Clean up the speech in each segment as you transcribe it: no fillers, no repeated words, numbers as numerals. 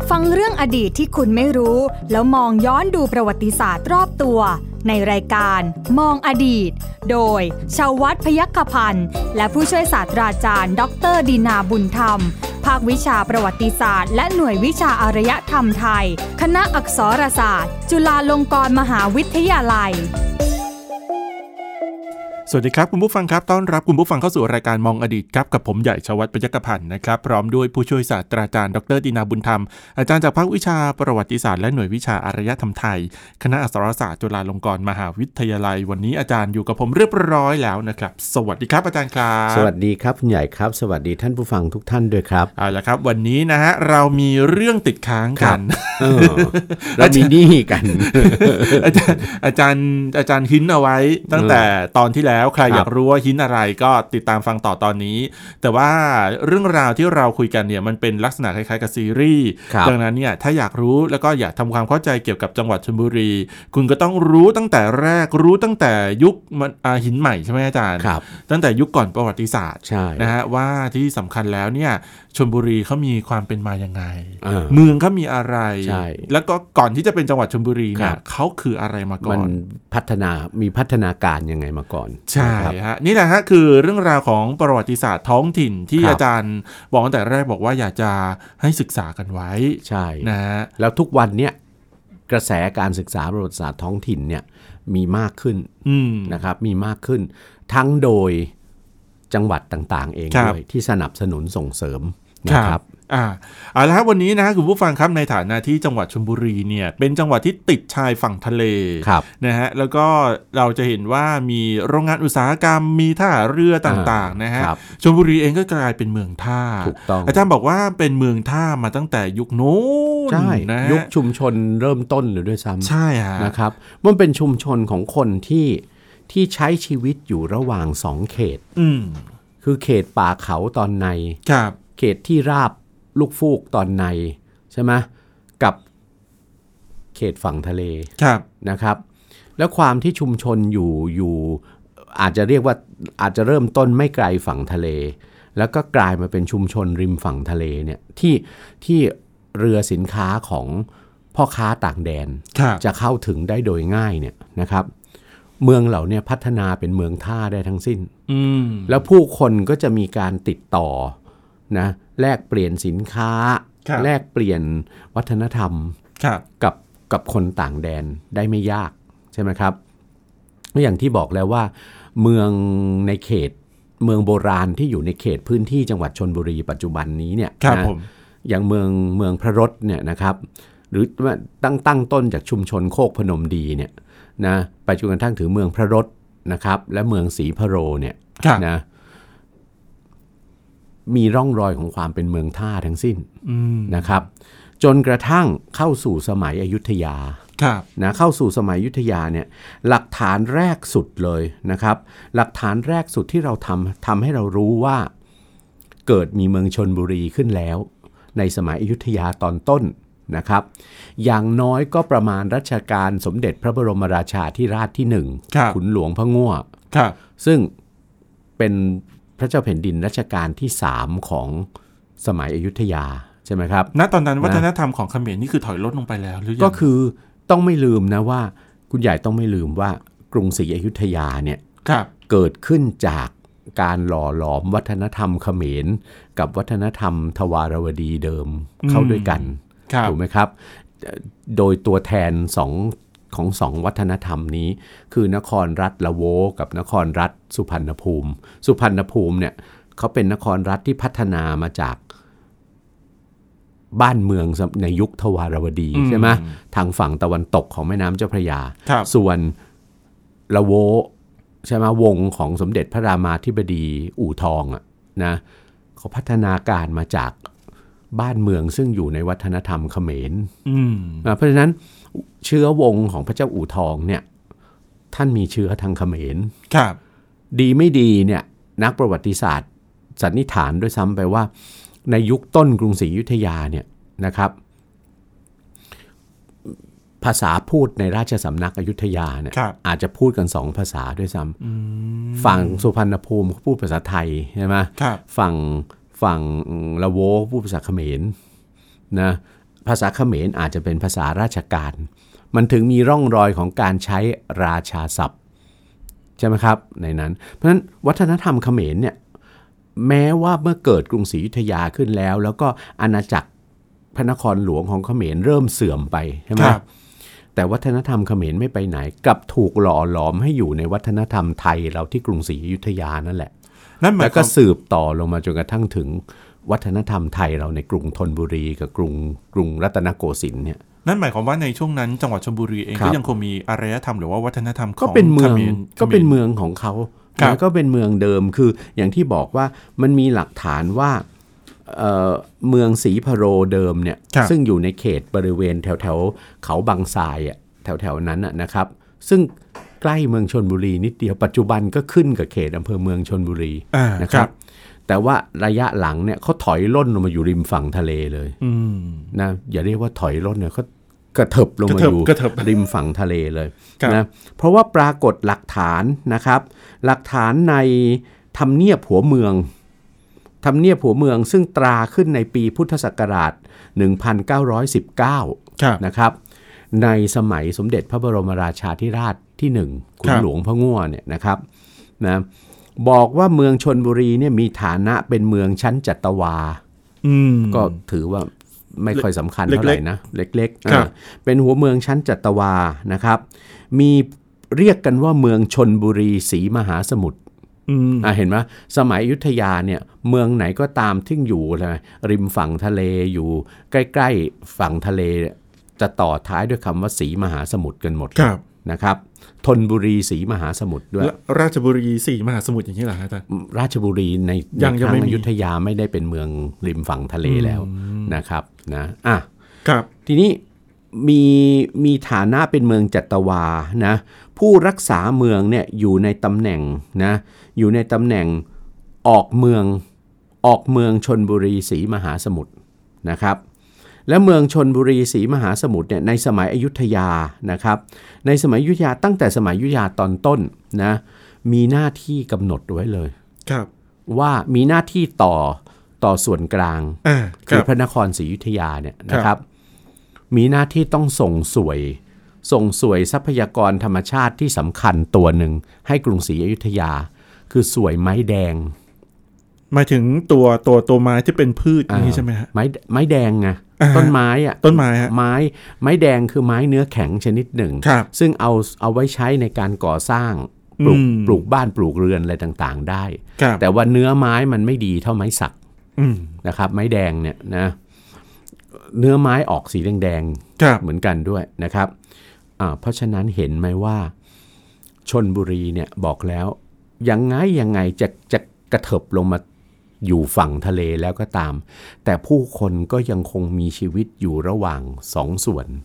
ฟังเรื่องอดีตที่คุณไม่รู้แล้วมองย้อนดูประวัติศาสตร์รอบตัวในรายการมองอดีตโดยชาววัฒน์พยัคฆพันธ์และผู้ช่วยศาสตราจารย์ดร.ดินาบุญธรรมภาควิชาประวัติศาสตร์และหน่วยวิชาอารยธรรมไทยคณะอักษรศาสตร์จุฬาลงกรณ์มหาวิทยาลัยสวัสดีครับคุณผู้ฟังครับต้อนรับคุณผู้ฟังเข้าสู่รายการมองอดีตครับกับผมใหญ่ชวัฒน์พยัคฆพันธ์นะครับพร้อมด้วยผู้ช่วยศาสตราจารย์ดร.ดินาบุญธรรมอาจารย์จากภาควิชาประวัติศาสตร์และหน่วยวิชาอารยธรรมไทยคณะอักษรศาสตร์จุฬาลงกรณ์มหาวิทยาลัยวันนี้อาจารย์อยู่กับผมเรียบร้อยแล้วนะครับสวัสดีครับอาจารย์ครับสวัสดีครับคุณใหญ่ครับสวัสดีท่านผู้ฟังทุกท่านด้วยครับเอาละครับวันนี้นะฮะเรามีเรื่องติดค้างกันเรามีหนี้กันอาจารย์หินเอาไว้ตั้งแต่ตอนที่แล้วใครอยากรู้หินอะไรก็ติดตามฟังต่อตอนนี้แต่ว่าเรื่องราวที่เราคุยกันเนี่ยมันเป็นลักษณะคล้ายๆกับซีรีส์ดังนั้นเนี่ยถ้าอยากรู้แล้วก็อยากทำความเข้าใจเกี่ยวกับจังหวัดชลบุรีคุณก็ต้องรู้ตั้งแต่แรกรู้ตั้งแต่ยุคหินใหม่ใช่ไหมอาจารย์ตั้งแต่ยุคก่อนประวัติศาสตร์นะฮะว่าที่สำคัญแล้วเนี่ยชลบุรีเขามีความเป็นมายังไงเมืองเขามีอะไรแล้วก็ก่อนที่จะเป็นจังหวัดชลบุรีเนี่ยเขาคืออะไรมาก่อนมันมีพัฒนาการยังไงมาก่อนใช่ฮะนี่แหละฮะคือเรื่องราวของประวัติศาสตร์ท้องถิ่นที่อาจารย์บอกตั้งแต่แรกบอกว่าอยากจะให้ศึกษากันไว้ใช่นะแล้วทุกวันเนี้ยกระแสการศึกษาประวัติศาสตร์ท้องถิ่นเนี่ยมีมากขึ้นนะครับมีมากขึ้นทั้งโดยจังหวัดต่างๆเองด้วยที่สนับสนุนส่งเสริมนะครับเอาละครับวันนี้นะคุณผู้ฟังครับในฐานะที่จังหวัดชลบุรีเนี่ยเป็นจังหวัดที่ติดชายฝั่งทะเลนะฮะแล้วก็เราจะเห็นว่ามีโรงงานอุตสาหกรรมมีท่าเรือต่างๆนะฮะชลบุรีเองก็กลายเป็นเมืองท่าอาจารย์บอกว่าเป็นเมืองท่ามาตั้งแต่ยุคโน้นนะยุคชุมชนเริ่มต้นเลยด้วยซ้ำใช่นะครับมันเป็นชุมชนของคนที่ใช้ชีวิตอยู่ระหว่าง2เขตคือเขตป่าเขาตอนในเขตที่ราบลูกฟูกตอนในใช่ไหมกับเขตฝั่งทะเลนะครับแล้วความที่ชุมชนอยู่อาจจะเรียกว่าอาจจะเริ่มต้นไม่ไกลฝั่งทะเลแล้วก็กลายมาเป็นชุมชนริมฝั่งทะเลเนี่ยที่เรือสินค้าของพ่อค้าต่างแดนจะเข้าถึงได้โดยง่ายเนี่ยนะครับเมืองเหล่านี้พัฒนาเป็นเมืองท่าได้ทั้งสิ้นแล้วผู้คนก็จะมีการติดต่อนะแลกเปลี่ยนสินค้าแลกเปลี่ยนวัฒนธรรมกับคนต่างแดนได้ไม่ยากใช่ไหมครับอย่างที่บอกแล้วว่าเมืองในเขตเมืองโบราณที่อยู่ในเขตพื้นที่จังหวัดชลบุรีปัจจุบันนี้เนี่ยนะอย่างเมืองพระรถเนี่ยนะครับหรือตั้งต้นจากชุมชนโคกพนมดีเนี่ยนะไปจนกระทั่งถึงเมืองพระรถนะครับและเมืองศรีพะโรเนี่ยนะมีร่องรอยของความเป็นเมืองท่าทั้งสิ้นนะครับจนกระทั่งเข้าสู่สมัยอยุธยานะเข้าสู่สมัยอยุธยาเนี่ยหลักฐานแรกสุดเลยนะครับหลักฐานแรกสุดที่เราทำให้เรารู้ว่าเกิดมีเมืองชลบุรีขึ้นแล้วในสมัยอยุธยาตอนต้นนะครับอย่างน้อยก็ประมาณรัชกาลสมเด็จพระบรมราชาธิราชที่1ขุนหลวงพระง่วซึ่งเป็นพระเจ้าแผ่นดินรัชกาลที่3ของสมัยอยุธยาใช่ไหมครับณตอนนั้นวัฒนธรรมของเขมรนี่คือถอยลดลงไปแล้วหรือยังก็คือต้องไม่ลืมนะว่าคุณใหญ่ต้องไม่ลืมว่ากรุงศรีอยุธยาเนี่ยเกิดขึ้นจากการหล่อหลอมวัฒนธรรมเขมรกับวัฒนธรรมทวารวดีเดิมเข้าด้วยกันถูกไหมครับโดยตัวแทนของสองวัฒนธรรมนี้คือนครรัฐละโวกับนครรัฐสุพรรณภูมิเนี่ยเขาเป็นนครรัฐที่พัฒนามาจากบ้านเมืองในยุคทวารวดีใช่ไหมทางฝั่งตะวันตกของแม่น้ำเจ้าพระยาส่วนละโวใช่ไหมวงของสมเด็จพระรามาธิบดีอู่ทองอ่ะนะเขาพัฒนาการมาจากบ้านเมืองซึ่งอยู่ในวัฒนธรรมเขมรเพราะฉะนั้นเชื้อวงของพระเจ้าอู่ทองเนี่ยท่านมีเชื้อทางเขมรดีไม่ดีเนี่ยนักประวัติศาสตร์สันนิษฐานด้วยซ้ำไปว่าในยุคต้นกรุงศรีอยุธยาเนี่ยนะครับภาษาพูดในราชสำนักอยุธยาเนี่ยอาจจะพูดกัน2ภาษาด้วยซ้ำฝั่งสุพรรณภูมิเขาพูดภาษาไทยใช่ไหมฝั่งละโวพูดภาษาเขมรนะภาษาเขมรอาจจะเป็นภาษาราชการมันถึงมีร่องรอยของการใช้ราชาศัพท์ใช่ไหมครับในนั้นเพราะฉะนั้นวัฒนธรรมเขมรเนี่ยแม้ว่าเมื่อเกิดกรุงศรีอยุธยาขึ้นแล้วก็อาณาจักรพระนครหลวงของเขมรเริ่มเสื่อมไปใช่ไหมแต่วัฒนธรรมเขมรไม่ไปไหนกลับถูกหล่อหลอมให้อยู่ในวัฒนธรรมไทยเราที่กรุงศรีอยุธยานั่นแหละแล้วก็สืบต่อลงมาจนกระทั่งถึงวัฒนธรรมไทยเราในกรุงธนบุรีกับกรุงรัตนโกสินทร์เนี่ยนั่นหมายความว่าในช่วงนั้นจังหวัดชลบุรีเองก็ยังคงมีอารยธรรมหรือว่าวัฒนธรรมของก็เป็นเมืองของเขาแล้วก็เป็นเมืองเดิมคืออย่างที่บอกว่ามันมีหลักฐานว่าเมืองศรีพะโรเดิมเนี่ยซึ่งอยู่ในเขตบริเวณแถวเขาบางทรายแถวนั้นนะครับซึ่งใกล้เมืองชลบุรีนิดเดียวปัจจุบันก็ขึ้นกับเขตอำเภอเมืองชลบุรีนะครับแต่ว่าระยะหลังเนี่ยเขาถอยร่นลงมาอยู่ริมฝั่งทะเลเลยนะอย่าเรียกว่าถอยร่นเนี่ยเขากระเถิบลงมาอยู่ริมฝั่งทะเลเลยนะเพราะว่าปรากฏหลักฐานนะครับหลักฐานในทำเนียบหัวเมืองซึ่งตราขึ้นในปีพุทธศักราช 1919 นะครับในสมัยสมเด็จพระบรมราชาธิราชที่1ขุนหลวงพระง่วเนี่ยนะครับนะบอกว่าเมืองชลบุรีเนี่ยมีฐานะเป็นเมืองชั้นจัตวาก็ถือว่าไม่ค่อยสำคัญเท่าไหร่นะเล็กๆเป็นหัวเมืองชั้นจัตวานะครับมีเรียกกันว่าเมืองชลบุรีศรีมหาสมุทรเห็นไหมสมัยอยุธยาเนี่ยเมืองไหนก็ตามที่อยู่ริมฝั่งทะเลอยู่ใกล้ๆฝั่งทะเลจะต่อท้ายด้วยคำว่าศรีมหาสมุทรกันหมดนะครับธนบุรีศรีมหาสมุทรด้วยราชบุรีศรีมหาสมุทรอย่างนี้เหรออาจารย์ราชบุรีในครั้งอยุธยาไม่ได้เป็นเมืองริมฝั่งทะเลแล้วนะครับนะทีนี้มีฐานะเป็นเมืองจัตวานะผู้รักษาเมืองเนี่ยอยู่ในตำแหน่งออกเมืองชลบุรีศรีมหาสมุทรนะครับและเมืองชลบุรีศรีมหาสมุทรเนี่ยในสมัยอยุธยานะครับในสมัยอยุธยาตั้งแต่สมัยอยุธยาตอนต้นนะมีหน้าที่กำหนดไว้เลยว่ามีหน้าที่ต่อส่วนกลางคือพระนครศรีอยุธยาเนี่ยนะครับมีหน้าที่ต้องส่งสวยทรัพยากรธรรมชาติที่สำคัญตัวหนึ่งให้กรุงศรีอยุธยาคือสวยไม้แดงหมายถึงตัวไม้ที่เป็นพืชนี่ใช่ไหมฮะไม้แดงไงต้นไม้ไม้แดงคือไม้เนื้อแข็งชนิดหนึ่งซึ่งเอาไว้ใช้ในการก่อสร้างปลูกบ้านปลูกเรือนอะไรต่างๆได้แต่ว่าเนื้อไม้มันไม่ดีเท่าไม้สักนะครับไม้แดงเนี่ยนะเนื้อไม้ออกสีแดงๆเหมือนกันด้วยนะครับเพราะฉะนั้นเห็นไหมว่าชลบุรีเนี่ยบอกแล้วยังไงจะกระเถิบลงมาอยู่ฝั่งทะเลแล้วก็ตามแต่ผู้คนก็ยังคงมีชีวิตอยู่ระหว่าง2ส่วน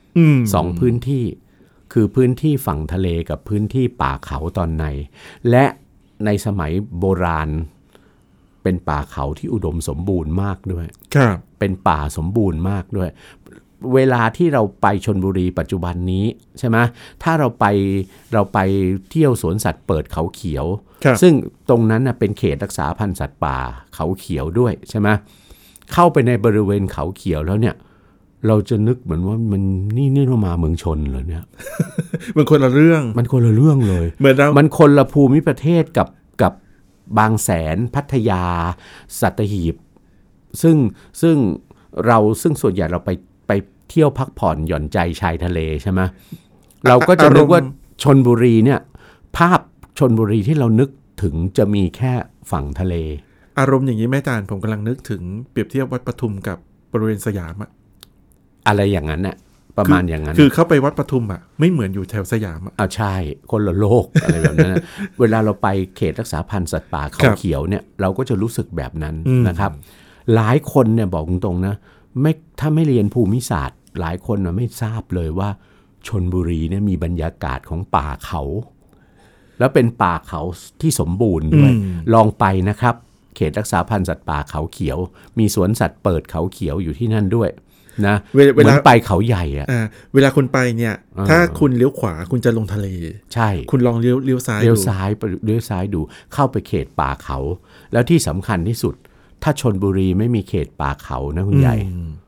2พื้นที่คือพื้นที่ฝั่งทะเลกับพื้นที่ป่าเขาตอนในและในสมัยโบราณเป็นป่าเขาที่อุดมสมบูรณ์มากด้วยเป็นป่าสมบูรณ์มากด้วยเวลาที่เราไปชลบุรีปัจจุบันนี้ใช่ไหมถ้าเราไปเที่ยวสวนสัตว์เปิดเขาเขียวซึ่งตรงนั้นเป็นเขตรักษาพันธุ์สัตว์ป่าเขาเขียวด้วยใช่ไหมเข้าไปในบริเวณเขาเขียวแล้วเนี่ยเราจะนึกเหมือนว่ามันนี่เรามาเมืองชนเหรอเนี่ยมันคนละเรื่องเลยมันคนละภูมิประเทศกับบางแสนพัทยาสัตหีบซึ่งส่วนใหญ่เราไปเที่ยวพักผ่อนหย่อนใจชายทะเลใช่ไหมเราก็จะนึกว่าชลบุรีเนี่ยภาพชลบุรีที่เรานึกถึงจะมีแค่ฝั่งทะเลอารมณ์อย่างนี้แม่จานผมกำลังนึกถึงเปรียบเทียบวัดปทุมกับบริเวณสยามอะไรอย่างนั้นน่ะประมาณอย่างนั้นคือเข้าไปวัดปทุมไม่เหมือนอยู่แถวสยามใช่คนละโลก อะไรแบบนั้น เวลาเราไปเขตรักษาพันธุ์สัตว์ป่าเขาเขียวเนี่ยเราก็จะรู้สึกแบบนั้นนะครับหลายคนเนี่ยบอกตรงๆนะถ้าไม่เรียนภูมิศาสตร์หลายคนไม่ทราบเลยว่าชลบุรีเนี่ยมีบรรยากาศของป่าเขาแล้วเป็นป่าเขาที่สมบูรณ์ด้วยลองไปนะครับเขตรักษาพันธุ์สัตว์ป่าเขาเขียวมีสวนสัตว์เปิดเขาเขียวอยู่ที่นั่นด้วยนะเหมือนไปเขาใหญ่เวลาคุณไปเนี่ยถ้าคุณเลี้ยวขวาคุณจะลงทะเลใช่คุณลองเลี้ยวซ้ายดูเข้าไปเขตป่าเขาแล้วที่สำคัญที่สุดถ้าชลบุรีไม่มีเขตป่าเขานะคุณใหญ่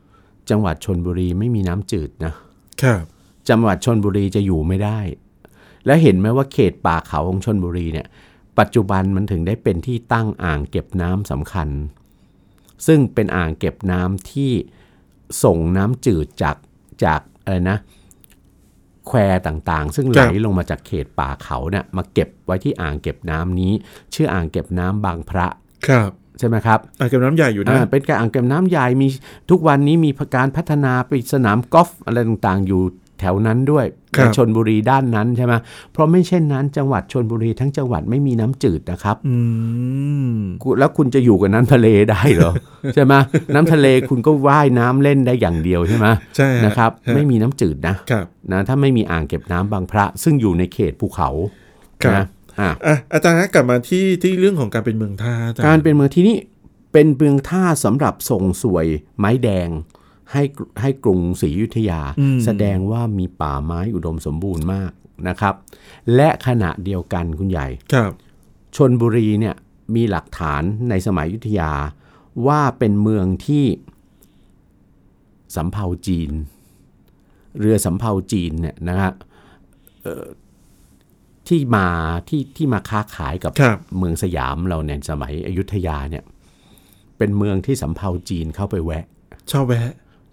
จังหวัดชลบุรีไม่มีน้ำจืดนะครับจังหวัดชลบุรีจะอยู่ไม่ได้และเห็นไหมว่าเขตป่าเขาของชลบุรีเนี่ยปัจจุบันมันถึงได้เป็นที่ตั้งอ่างเก็บน้ำสำคัญซึ่งเป็นอ่างเก็บน้ำที่ส่งน้ำจืดจากอะไรนะแควต่างๆซึ่งไหลลงมาจากเขตป่าเขาเนี่ยมาเก็บไว้ที่อ่างเก็บน้ำนี้ชื่ออ่างเก็บน้ำบางพระครับใช่ไหมครับอ่างเก็บน้ำใหญ่อยู่นะเป็นอ่างเก็บน้ำใหญ่มีทุกวันนี้มีการพัฒนาไปสนามกอล์ฟอะไรต่างๆอยู่แถวนั้นด้วยในชลบุรีด้านนั้นใช่ไหมเพราะไม่เช่นนั้นจังหวัดชลบุรีทั้งจังหวัดไม่มีน้ำจืดนะครับแล้วคุณจะอยู่กับน้ำทะเลได้เหรอ ใช่ไหมน้ำทะเลคุณก็ว่ายน้ำเล่นได้อย่างเดียวใช่ไหมใช่นะครับไม่มีน้ำจืดนะถ้าไม่มีอ่างเก็บน้ำบางพระซึ่งอยู่ในเขตภูเขานะอาจารย์กลับมาที่เรื่องของการเป็นเมืองท่าการเป็นเมืองที่นี่เป็นเมืองท่าสำหรับส่งสวยไม้แดงให้กรุงศรีอยุธยาแสดงว่ามีป่าไม้อุดมสมบูรณ์มากนะครับและขณะเดียวกันคุณใหญ่ชลบุรีเนี่ยมีหลักฐานในสมัยอยุธยาว่าเป็นเมืองที่สำเภาจีนเรือสำเภาจีนเนี่ยนะครับที่มาค้าขายกับเมืองสยามเราในสมัยอยุธยาเนี่ยเป็นเมืองที่สำเภาจีนเข้าไปแวะชอบแวะ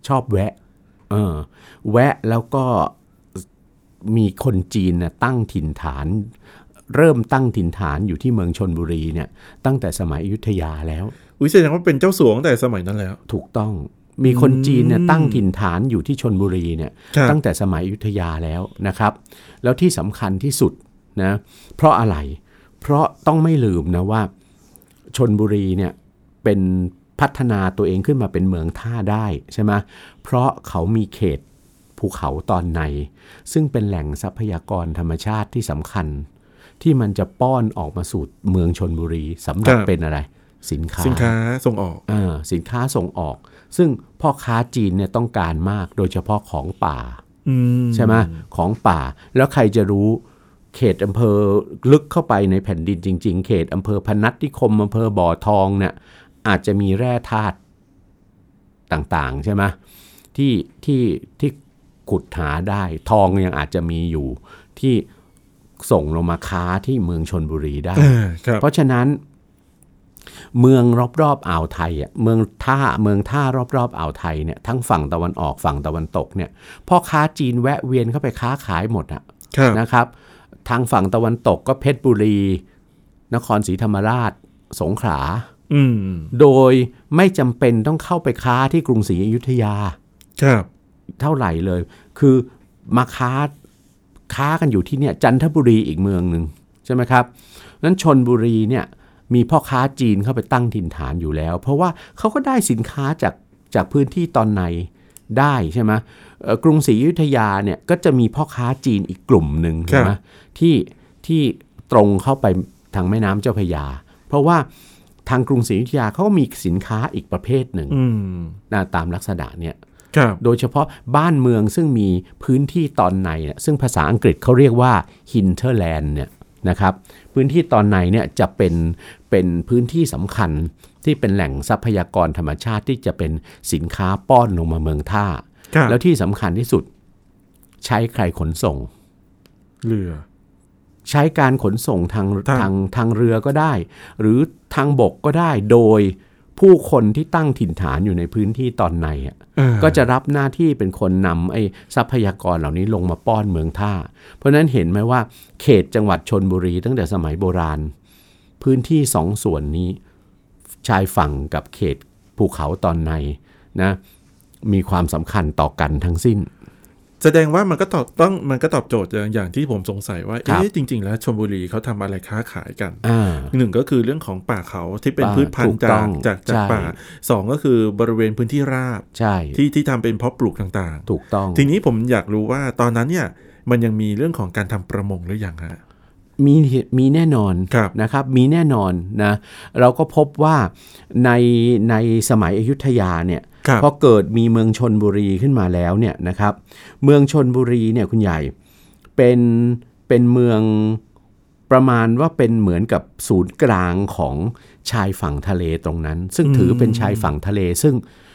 แวะแล้วก็มีคนจีนนะตั้งถิ่นฐานเริ่มตั้งถิ่นฐานอยู่ที่เมืองชลบุรีเนี่ยตั้งแต่สมัยอยุธยาแล้วแสดงว่าเป็นเจ้าสัวตั้งแต่สมัยนั้นแล้วถูกต้องมีคนจีนเนี่ยตั้งถิ่นฐานอยู่ที่ชลบุรีเนี่ยตั้งแต่สมัยอยุธยาแล้วนะครับแล้วที่สำคัญที่สุดนะเพราะอะไรเพราะต้องไม่ลืมนะว่าชลบุรีเนี่ยเป็นพัฒนาตัวเองขึ้นมาเป็นเมืองท่าได้ใช่ไหมเพราะเขามีเขตภูเขาตอนในซึ่งเป็นแหล่งทรัพยากรธรรมชาติที่สำคัญที่มันจะป้อนออกมาสู่เมืองชลบุรีสำหรับเป็นอะไรสินค้าส่งออกสินค้าส่งออกซึ่งพ่อค้าจีนเนี่ยต้องการมากโดยเฉพาะของป่าใช่ไหมของป่าแล้วใครจะรู้เขตอำเภอลึกเข้าไปในแผ่นดินจริงๆเขตอำเภอพนัสนิคมอำเภอบ่อทองเนี่ยอาจจะมีแร่ธาตุต่างๆใช่ไหมที่ขุดหาได้ทองยังอาจจะมีอยู่ที่ส่งลงมาค้าที่เมืองชลบุรีได้เพราะฉะนั้นเมืองรอบๆอ่าวไทยเมืองท่ารอบๆอ่าวไทยเนี่ยทั้งฝั่งตะวันออกฝั่งตะวันตกเนี่ยพ่อค้าจีนแวะเวียนเข้าไปค้าขายหมดนะครับทางฝั่งตะวันตกก็เพชรบุรีนครศรีธรรมราชสงขลาโดยไม่จำเป็นต้องเข้าไปค้าที่กรุงศรีอยุธยาเท่าไหร่เลยคือมาค้ากันอยู่ที่เนี่ยจันทบุรีอีกเมืองหนึ่งใช่ไหมครับนั้นชลบุรีเนี่ยมีพ่อค้าจีนเข้าไปตั้งถิ่นฐานอยู่แล้วเพราะว่าเขาก็ได้สินค้าจากพื้นที่ตอนในได้ใช่ไหมกรุงศรีอยุธยาเนี่ยก็จะมีพ่อค้าจีนอีกกลุ่มหนึ่งใช่ไหมที่ตรงเข้าไปทางแม่น้ำเจ้าพระยาเพราะว่าทางกรุงศรีอยุธยาเขาก็มีสินค้าอีกประเภทหนึ่งตามลักษณะเนี่ยโดยเฉพาะบ้านเมืองซึ่งมีพื้นที่ตอนในซึ่งภาษาอังกฤษเขาเรียกว่า hinterland เนี่ยนะครับพื้นที่ตอนในเนี่ยจะเป็นพื้นที่สำคัญที่เป็นแหล่งทรัพยากรธรรมชาติที่จะเป็นสินค้าป้อนลงมาเมืองท่าแล้วที่สำคัญที่สุดใช้ใครขนส่งเรือใช้การขนส่งทางเรือก็ได้หรือทางบกก็ได้โดยผู้คนที่ตั้งถิ่นฐานอยู่ในพื้นที่ตอนในก็จะรับหน้าที่เป็นคนนำไอ้ทรัพยากรเหล่านี้ลงมาป้อนเมืองท่าเพราะนั้นเห็นไหมว่าเขตจังหวัดชลบุรีตั้งแต่สมัยโบราณพื้นที่สองส่วนนี้ชายฝั่งกับเขตภูเขาตอนในนะมีความสำคัญต่อกันทั้งสิ้นแสดงว่ามันก็ตอบโจทย์อย่างที่ผมสงสัยว่าจริงๆแล้วชลบุรีเขาทำอะไรค้าขายกันหนึ่งก็คือเรื่องของป่าเขาที่เป็นพืชพันธุ์จากป่าสองก็คือบริเวณพื้นที่ราบที่ทำเป็นเพาะปลูกต่างๆถูกต้องทีนี้ผมอยากรู้ว่าตอนนั้นเนี่ยมันยังมีเรื่องของการทำประมงหรือยังฮะมีแน่นอนนะครับมีแน่นอนนะเราก็พบว่าในสมัยอยุธยาเนี่ยพอเกิดมีเมืองชลบุรีขึ้นมาแล้วเนี่ยนะครับเมืองชลบุรีเนี่ยคุณใหญ่เป็นเมืองประมาณว่าเป็นเหมือนกับศูนย์กลางของชายฝั่งทะเลตรงนั้นซึ่งถือเป็นชายฝั่งทะเลซึ่ง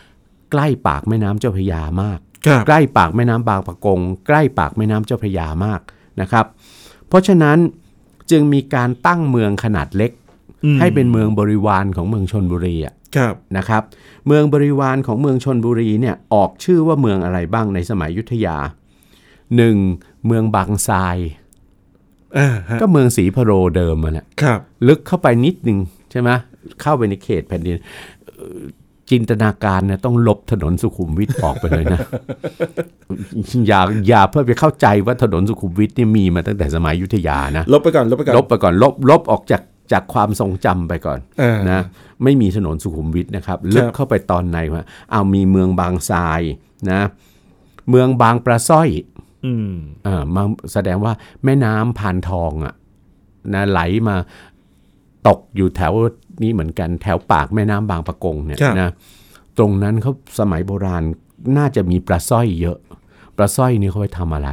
ใกล้ปากแม่น้ำเจ้าพระยามากใกล้ปากแม่น้ำบางปะกงใกล้ปากแม่น้ำเจ้าพระยามากนะครับเพราะฉะนั้นจึงมีการตั้งเมืองขนาดเล็กให้เป็นเมืองบริวารของเมืองชลบุรีนะครับเมืองบริวารของเมืองชลบุรีเนี่ยออกชื่อว่าเมืองอะไรบ้างในสมัยอยุธยา 1. เมืองบางทรายก็เมืองศรีพะโรเดิมมันแหละลึกเข้าไปนิดนึงใช่ไหมเข้าไปในเขตแผ่นดินจินตนาการเนี่ยต้องลบถนนสุขุมวิทออกไปเลยนะ อย่าเพื่อไปเข้าใจว่าถนนสุขุมวิทนี่มีมาตั้งแต่สมัยอยุธยานะลบออกจากความทรงจำไปก่อนนะไม่มีถนนสุขุมวิทนะครับลึกเข้าไปตอนไหนวะเอามีเมืองบางทรายนะเมืองบางปลาสร้อยมาแสดงว่าแม่น้ำพานทองอ่ะนะไหลมาตกอยู่แถวนี้เหมือนกันแถวปากแม่น้ำบางปะกงเนี่ยนะตรงนั้นเขาสมัยโบราณน่าจะมีปลาสร้อยเยอะปลาสร้อยนี่เขาไปทำอะไร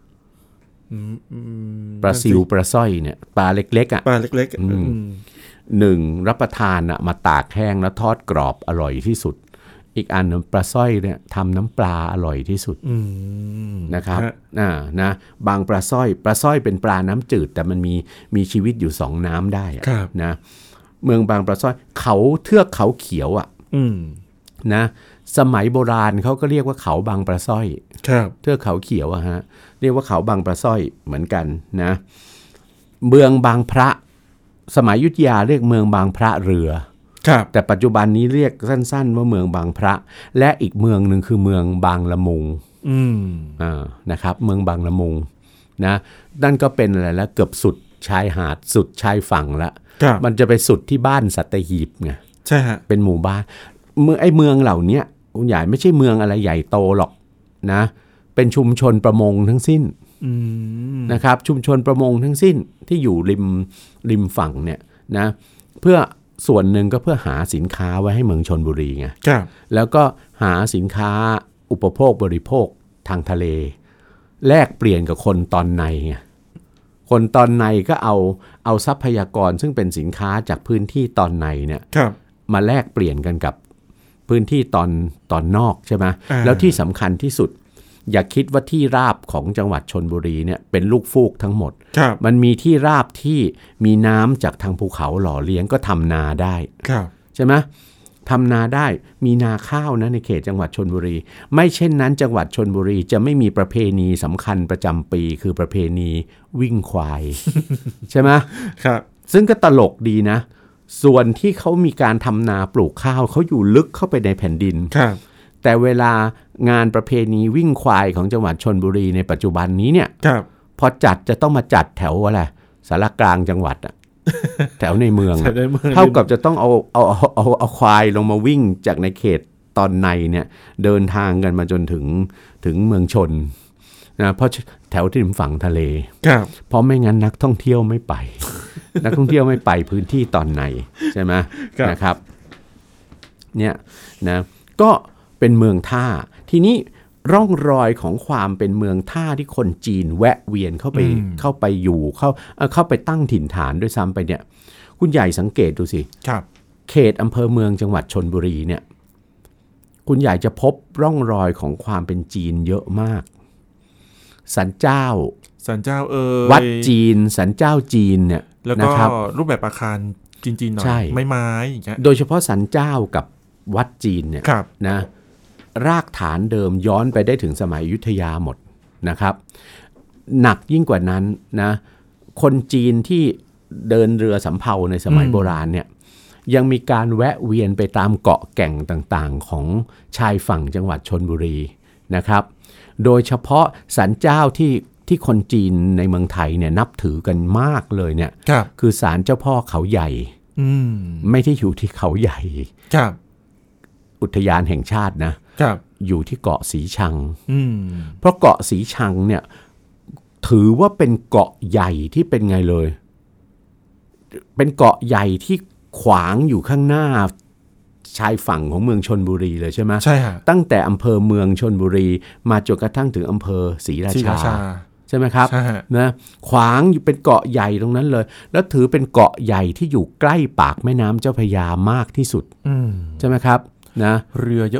ปลาซิวปลาสร้อยเนี่ยปลาเล็กๆอ่ะปลาเล็กๆหนึ่งรับประทานอ่ะมาตากแห้งแล้วทอดกรอบอร่อยที่สุดอีกอันนึงปลาสร้อยเนี่ยทำน้ำปลาอร่อยที่สุดนะครับนะบางปลาสร้อยเป็นปลาน้ำจืดแต่มันมีชีวิตอยู่2น้ำได้นะเมืองบางปลาสร้อยเขาเทือกเขาเขียวอ่ะนะสมัยโบราณเขาก็เรียกว่าเขาบางปลาสร้อยเทือกเขาเขียวอะฮะเรียกว่าเขาบางปลาสร้อยเหมือนกันนะเมืองบางพระสมัยอยุธยาเรียกเมืองบางพระเรือแต่ปัจจุบันนี้เรียกสั้นๆว่าเมืองบางพระและอีกเมืองหนึ่งคือเมืองบางละมุงนะครับเมืองบางละมุงนะนั่นก็เป็นอะไรแล้วเกือบสุดชายหาดสุดชายฝั่งละมันจะไปสุดที่บ้านสัตหีบไงใช่ฮะเป็นหมู่บ้านเมืองเหล่านี้คุณใหญ่ไม่ใช่เมืองอะไรใหญ่โตหรอกนะเป็นชุมชนประมงทั้งสิ้นนะครับชุมชนประมงทั้งสิ้นที่อยู่ริมฝั่งเนี่ยนะเพื่อส่วนหนึ่งก็เพื่อหาสินค้าไว้ให้เมืองชลบุรีไงแล้วก็หาสินค้าอุปโภคบริโภคทางทะเลแลกเปลี่ยนกับคนตอนในไงคนตอนในก็เอาทรัพยากรซึ่งเป็นสินค้าจากพื้นที่ตอนในเนี่ยมาแลกเปลี่ยนกันกับพื้นที่ตอนนอกใช่ไหมแล้วที่สำคัญที่สุดอย่าคิดว่าที่ราบของจังหวัดชลบุรีเนี่ยเป็นลูกฟูกทั้งหมดมันมีที่ราบที่มีน้ำจากทางภูเขาหล่อเลี้ยงก็ทำนาได้ใช่ไหมทำนาได้มีนาข้าวนะในเขตจังหวัดชลบุรีไม่เช่นนั้นจังหวัดชลบุรีจะไม่มีประเพณีสำคัญประจำปีคือประเพณีวิ่งควาย ใช่ไหมซึ่งก็ตลกดีนะส่วนที่เขามีการทำนาปลูกข้าวเขาอยู่ลึกเข้าไปในแผ่นดินแต่เวลางานประเพณีวิ่งควายของจังหวัดชลบุรีในปัจจุบันนี้เนี่ยพอจัดจะต้องมาจัดแถวอะไรสารกลางจังหวัดอะ แถวในเมือง เท่ากับจะต้องเอาควายลงมาวิ่งจากในเขตตอนในเนี่ยเดินทางกันมาจนถึงเมืองชนนะเพราะแถวที่ฝั่งทะเลเพราะไม่งั้นนักท่องเที่ยวไม่ไป นักท่องเที่ยวไม่ไปพื้นที่ตอนในใช่ไหมนะครับเนี่ยนะก็เป็นเมืองท่าทีนี้ร่องรอยของความเป็นเมืองท่าที่คนจีนแวะเวียนเข้าไปอยู่เข้าไปตั้งถิ่นฐานด้วยซ้ำไปเนี่ยคุณใหญ่สังเกตดูสิเขตอำเภอเมืองจังหวัดชลบุรีเนี่ยคุณใหญ่จะพบร่องรอยของความเป็นจีนเยอะมากศาลเจ้าวัดจีนศาลเจ้าจีนเนี่ยแล้วก็รูปแบบอาคารจีนๆหน่อยไม้อย่างเงี้ยโดยเฉพาะศาลเจ้ากับวัดจีนเนี่ยนะรากฐานเดิมย้อนไปได้ถึงสมัยอยุธยาหมดนะครับหนักยิ่งกว่านั้นนะคนจีนที่เดินเรือสำเภาในสมัยโบราณเนี่ยยังมีการแวะเวียนไปตามเกาะแก่งต่างๆของชายฝั่งจังหวัดชลบุรีนะครับโดยเฉพาะศาลเจ้าที่คนจีนในเมืองไทยเนี่ยนับถือกันมากเลยเนี่ยคือศาลเจ้าพ่อเขาใหญ่ไม่ได้อยู่ที่เขาใหญ่อุทยานแห่งชาตินะอยู่ที่เกาะสีชังเพราะเกาะสีชังเนี่ยถือว่าเป็นเกาะใหญ่ที่เป็นไงเลยเป็นเกาะใหญ่ที่ขวางอยู่ข้างหน้าชายฝั่งของเมืองชลบุรีเลยใช่ไหมใช่ฮะตั้งแต่อำเภอเมืองชลบุรีมาจนกระทั่งถึงอำเภอศรีราชาใช่ไหมครับนะขวางอยู่เป็นเกาะใหญ่ตรงนั้นเลยแล้วถือเป็นเกาะใหญ่ที่อยู่ใกล้ปากแม่น้ำเจ้าพระยามากที่สุดใช่ไหมครับนะเรือเยอะเชียว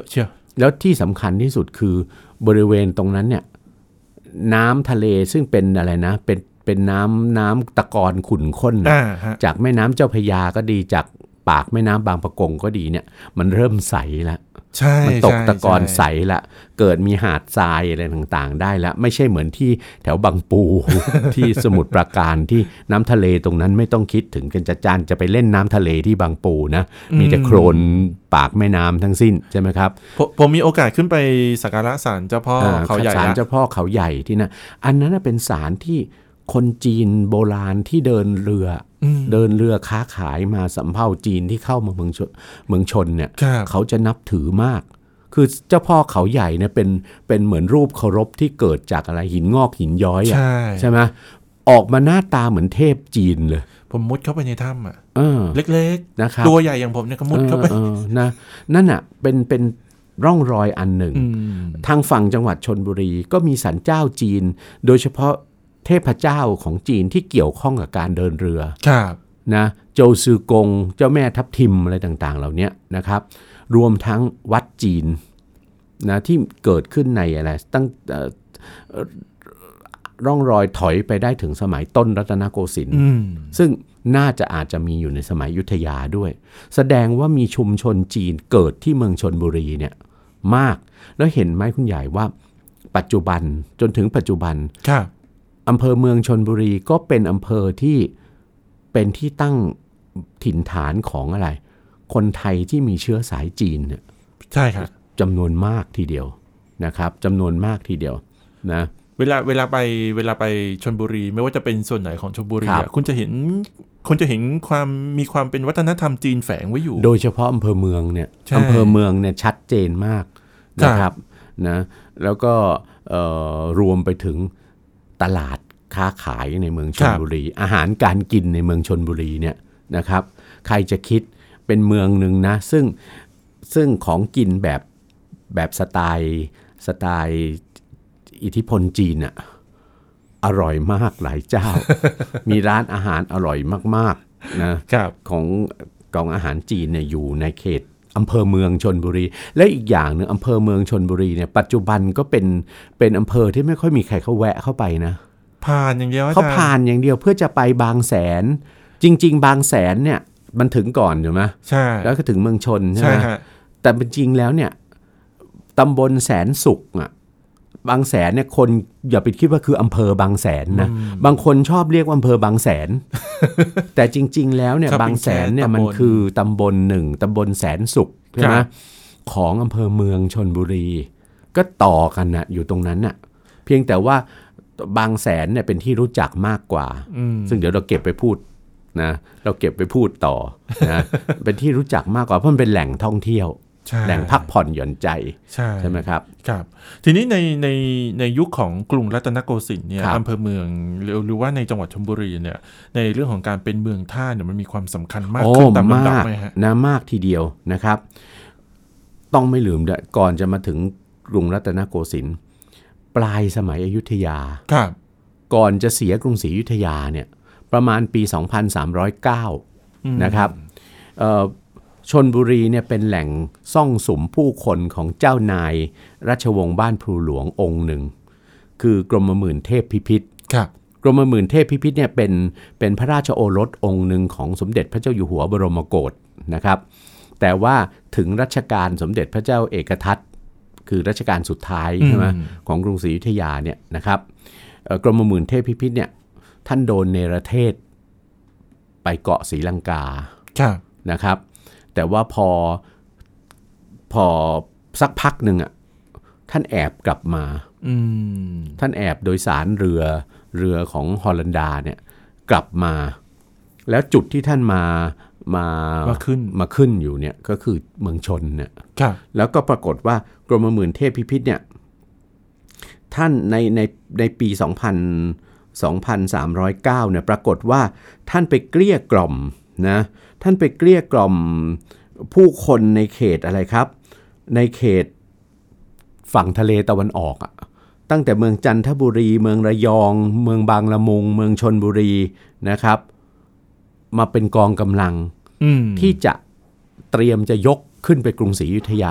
แล้วที่สำคัญที่สุดคือบริเวณตรงนั้นเนี่ยน้ำทะเลซึ่งเป็นอะไรนะเป็นน้ำตะกอนขุ่นข้นจากแม่น้ำเจ้าพระยาก็ดีจากปากแม่น้ำบางปะกงก็ดีเนี่ยมันเริ่มใสแล้วมันตกตะกอนใสละเกิดมีหาดทรายอะไรต่างๆได้แล้วไม่ใช่เหมือนที่แถวบางปู ที่สมุทรปราการที่น้ำทะเลตรงนั้นไม่ต้องคิดถึงกันจะไปเล่นน้ำทะเลที่บางปูนะมีแต่โคลนปากแม่น้ำทั้งสิ้นใช่ไหมครับผมมีโอกาสขึ้นไปสักการะศาลเจ้าพ่อเขาใหญ่ศาลเจ้าพ่อเขาใหญ่ที่นั่นอันนั้นเป็นศาลที่คนจีนโบราณที่เดินเรือค้าขายมาสำเภาจีนที่เข้ามาเมืองชนเนี่ยเขาจะนับถือมากคือเจ้าพ่อเขาใหญ่เนี่ยเป็นเหมือนรูปเคารพที่เกิดจากอะไรหินงอกหินย้อยใช่ไหมออกมาหน้าตาเหมือนเทพจีนเลยผมมุดเข้าไปในถ้ำเล็กๆนะครับตัวใหญ่อย่างผมเนี่ยก็มุดเข้าไปนะนั่นอ่ะเป็นร่องรอยอันหนึ่งทางฝั่งจังหวัดชลบุรีก็มีศาลเจ้าจีนโดยเฉพาะเทพเจ้าของจีนที่เกี่ยวข้องกับการเดินเรือนะโจวซือกงเจ้าแม่ทับทิมอะไรต่างๆเหล่านี้นะครับรวมทั้งวัดจีนนะที่เกิดขึ้นในอะไรตั้งร่องรอยถอยไปได้ถึงสมัยต้นรัตนโกสินทร์ซึ่งน่าจะอาจจะมีอยู่ในสมัยอยุธยาด้วยแสดงว่ามีชุมชนจีนเกิดที่เมืองชลบุรีเนี่ยมากแล้วเห็นไหมคุณใหญ่ว่าปัจจุบันจนถึงปัจจุบันอำเภอเมืองชลบุรีก็เป็นอำเภอที่เป็นที่ตั้งถิ่นฐานของอะไรคนไทยที่มีเชื้อสายจีนเนี่ยใช่ครับจำนวนมากทีเดียวนะครับจำนวนมากทีเดียวนะเวลาไปชลบุรีไม่ว่าจะเป็นส่วนไหนของชลบุรีคุณจะเห็นความเป็นวัฒนธรรมจีนแฝงไว้อยู่โดยเฉพาะอำเภอเมืองเนี่ยอำเภอเมืองเนี่ยชัดเจนมากนะครับนะแล้วก็รวมไปถึงตลาดค้าขายในเมืองชลบุรีอาหารการกินในเมืองชลบุรีเนี่ยนะครับใครจะคิดเป็นเมืองหนึ่งนะซึ่งของกินแบบสไตล์อิทธิพลจีนอ่ะอร่อยมากหลายเจ้า มีร้านอาหารอร่อยมากๆนะของอาหารจีนเนี่ยอยู่ในเขตอำเภอเมืองชลบุรีและอีกอย่างนึงอำเภอเมืองชลบุรีเนี่ยปัจจุบันก็เป็นอำเภอที่ไม่ค่อยมีใครเขาแวะเข้าไปนะผ่านอย่างเดียวเขาผ่านอย่างเดียวเพื่อจะไปบางแสนจริงๆบางแสนเนี่ยมันถึงก่อนอยู่ไหมใช่แล้วก็ถึงเมืองชนใช่ไหมแต่เป็นจริงแล้วเนี่ยตำบลแสนสุขอ่ะบางแสนเนี่ยคนอย่าไปคิดว่าคืออำเภอบางแสนนะบางคนชอบเรียกว่าอำเภอบางแสน แต่จริงๆแล้วเนี่ยบางแสนเนี่ยมันคือตำบลหนึ่งตำบลแสนสุขใช่ไหมของอำเภอเมืองชลบุรีก็ต่อกันนะอยู่ตรงนั้นน่ะเพียงแต่ว่าบางแสนเนี่ยเป็นที่รู้จักมากกว่าซึ่งเดี๋ยวเราเก็บไปพูดนะเราเก็บไปพูดต่อนะ เป็นที่รู้จักมากกว่าเพราะมันเป็นแหล่งท่องเที่ยวแหล่งพักผ่อนหย่อนใจใช่ไหมครับครับทีนี้ในยุคของกรุงรัตนโกสินทร์เนี่ยอำเภอเมืองหรือว่าในจังหวัดชลบุรีเนี่ยในเรื่องของการเป็นเมืองท่าเนี่ยมันมีความสำคัญมากขึ้นตามลำดับไหมฮะมากทีเดียวนะครับต้องไม่ลืมด้วยก่อนจะมาถึงกรุงรัตนโกสินทร์ปลายสมัยอยุธยาก่อนจะเสียกรุงศรีอยุธยาเนี่ยประมาณปี 2309 นะครับชลบุรีเนี่ยเป็นแหล่งซ่องสุมผู้คนของเจ้านายราชวงศ์บ้านพลูหลวงองค์หนึ่งคือกรมหมื่นเทพพิพิธกรมหมื่นเทพพิพิธเนี่ยเป็นพระราชโอรสองค์หนึ่งของสมเด็จพระเจ้าอยู่หัวบรมโกศนะครับแต่ว่าถึงรัชกาลสมเด็จพระเจ้าเอกทัตคือรัชกาลสุดท้ายใช่ไหมของกรุงศรีอยุธยาเนี่ยนะครับกรมหมื่นเทพพิพิธเนี่ยท่านโดนเนรเทศไปเกาะศรีลังกานะครับแต่ว่าพอสักพักหนึ่งอ่ะท่านแอบกลับมาท่านแอบโดยสารเรือของฮอลันดาเนี่ยกลับมาแล้วจุดที่ท่านมาขึ้นอยู่เนี่ยก็คือเมืองชนเนี่ยแล้วก็ปรากฏว่ากรมหมื่นเทพพิพิธเนี่ยท่านในปี2309เนี่ยปรากฏว่าท่านไปเกลี้ยกล่อมนะท่านไปเกลี้ยกล่อมผู้คนในเขตอะไรครับในเขตฝั่งทะเลตะวันออกอ่ะตั้งแต่เมืองจันทบุรีเมืองระยองเมืองบางละมุงเมืองชลบุรีนะครับมาเป็นกองกำลังที่จะเตรียมจะยกขึ้นไปกรุงศรีอยุธยา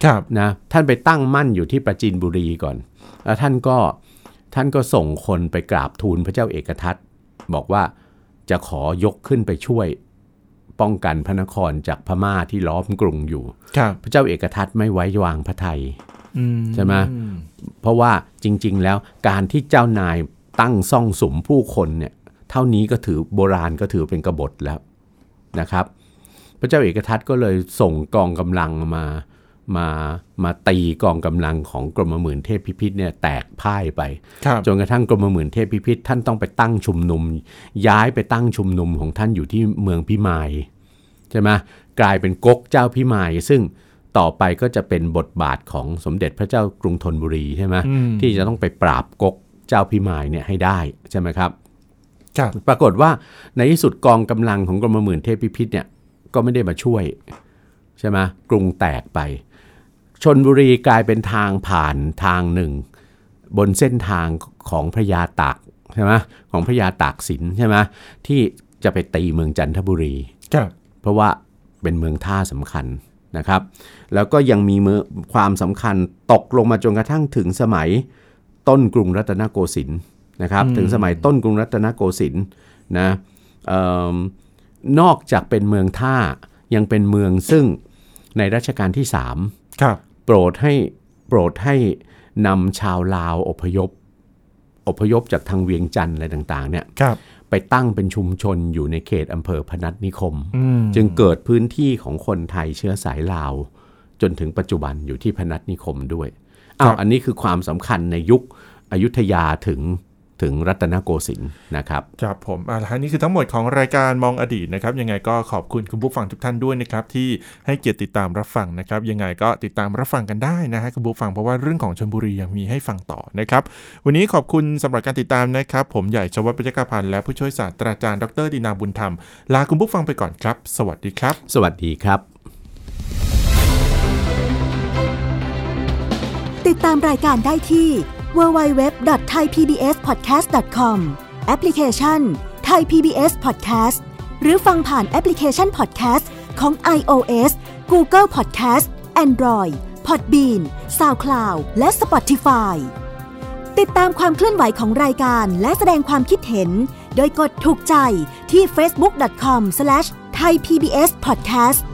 นะท่านไปตั้งมั่นอยู่ที่ปราจีนบุรีก่อนแล้วท่านก็ส่งคนไปกราบทูลพระเจ้าเอกทัตบอกว่าจะขอยกขึ้นไปช่วยป้องกันพระนครจากพม่าที่ล้อมกรุงอยู่พระเจ้าเอกทัตไม่ไว้วางพระทัยใช่ไหมเพราะว่าจริงๆแล้วการที่เจ้านายตั้งซ่องสุมผู้คนเนี่ยเท่านี้ก็ถือโบราณก็ถือเป็นกบฏแล้วนะครับพระเจ้าเอกทัตก็เลยส่งกองกำลังมาตีกองกำลังของกรมหมื่นเทพพิพิธเนี่ยแตกพ่ายไปจนกระทั่งกรมหมื่นเทพพิพิธท่านต้องไปตั้งชุมนุมย้ายไปตั้งชุมนุมของท่านอยู่ที่เมืองพิมายใช่ไหมกลายเป็นก๊กเจ้าพิมายซึ่งต่อไปก็จะเป็นบทบาทของสมเด็จพระเจ้ากรุงธนบุรีใช่ไหมที่จะต้องไปปราบก๊กเจ้าพิมายเนี่ยให้ได้ใช่ไหมครับปรากฏว่าในที่สุดกองกำลังของกรมหมื่นเทพพิพิธเนี่ยก็ไม่ได้มาช่วยใช่ไหมกรุงแตกไปชลบุรีกลายเป็นทางผ่านทางหนึ่งบนเส้นทางของพระยาตากใช่ไหมของพระยาตากสินใช่ไหมที่จะไปตีเมืองจันทบุรีเพราะว่าเป็นเมืองท่าสำคัญนะครับแล้วก็ยังมีความสำคัญตกลงมาจนกระทั่งถึงสมัยต้นกรุงรัตนโกสินทร์นะครับถึงสมัยต้นกรุงรัตนโกสินทร์นะนอกจากเป็นเมืองท่ายังเป็นเมืองซึ่งในรัชกาลที่3โปรดให้นำชาวลาวอพยพจากทางเวียงจันทร์อะไรต่างๆเนี่ยไปตั้งเป็นชุมชนอยู่ในเขตอำเภอพนัสนิคมจึงเกิดพื้นที่ของคนไทยเชื้อสายลาวจนถึงปัจจุบันอยู่ที่พนัสนิคมด้วยอันนี้คือความสำคัญในยุคอยุธยาถึงรัตนโกสินทร์นะครับครับผมและนี่คือทั้งหมดของรายการมองอดีตนะครับยังไงก็ขอบคุณคุณผู้ฟังทุกท่านด้วยนะครับที่ให้เกียรติติดตามรับฟังนะครับยังไงก็ติดตามรับฟังกันได้นะฮะคุณผู้ฟังเพราะว่าเรื่องของชลบุรียังมีให้ฟังต่อนะครับวันนี้ขอบคุณสำหรับการติดตามนะครับผมใหญ่ชวัฒน์ ปัญญาพันธ์และผู้ช่วยศาสตราจารย์ดร.ดินาบุญธรรมลาคุณผู้ฟังไปก่อนครับสวัสดีครับสวัสดีครับติดตามรายการได้ที่www.thaipbspodcast.com แอปพลิเคชัน Thai PBS Podcast หรือฟังผ่านแอปพลิเคชัน Podcast ของ iOS Google Podcast Android Podbean SoundCloud และ Spotify ติดตามความเคลื่อนไหวของรายการและแสดงความคิดเห็นโดยกดถูกใจที่ facebook.com/thaipbspodcast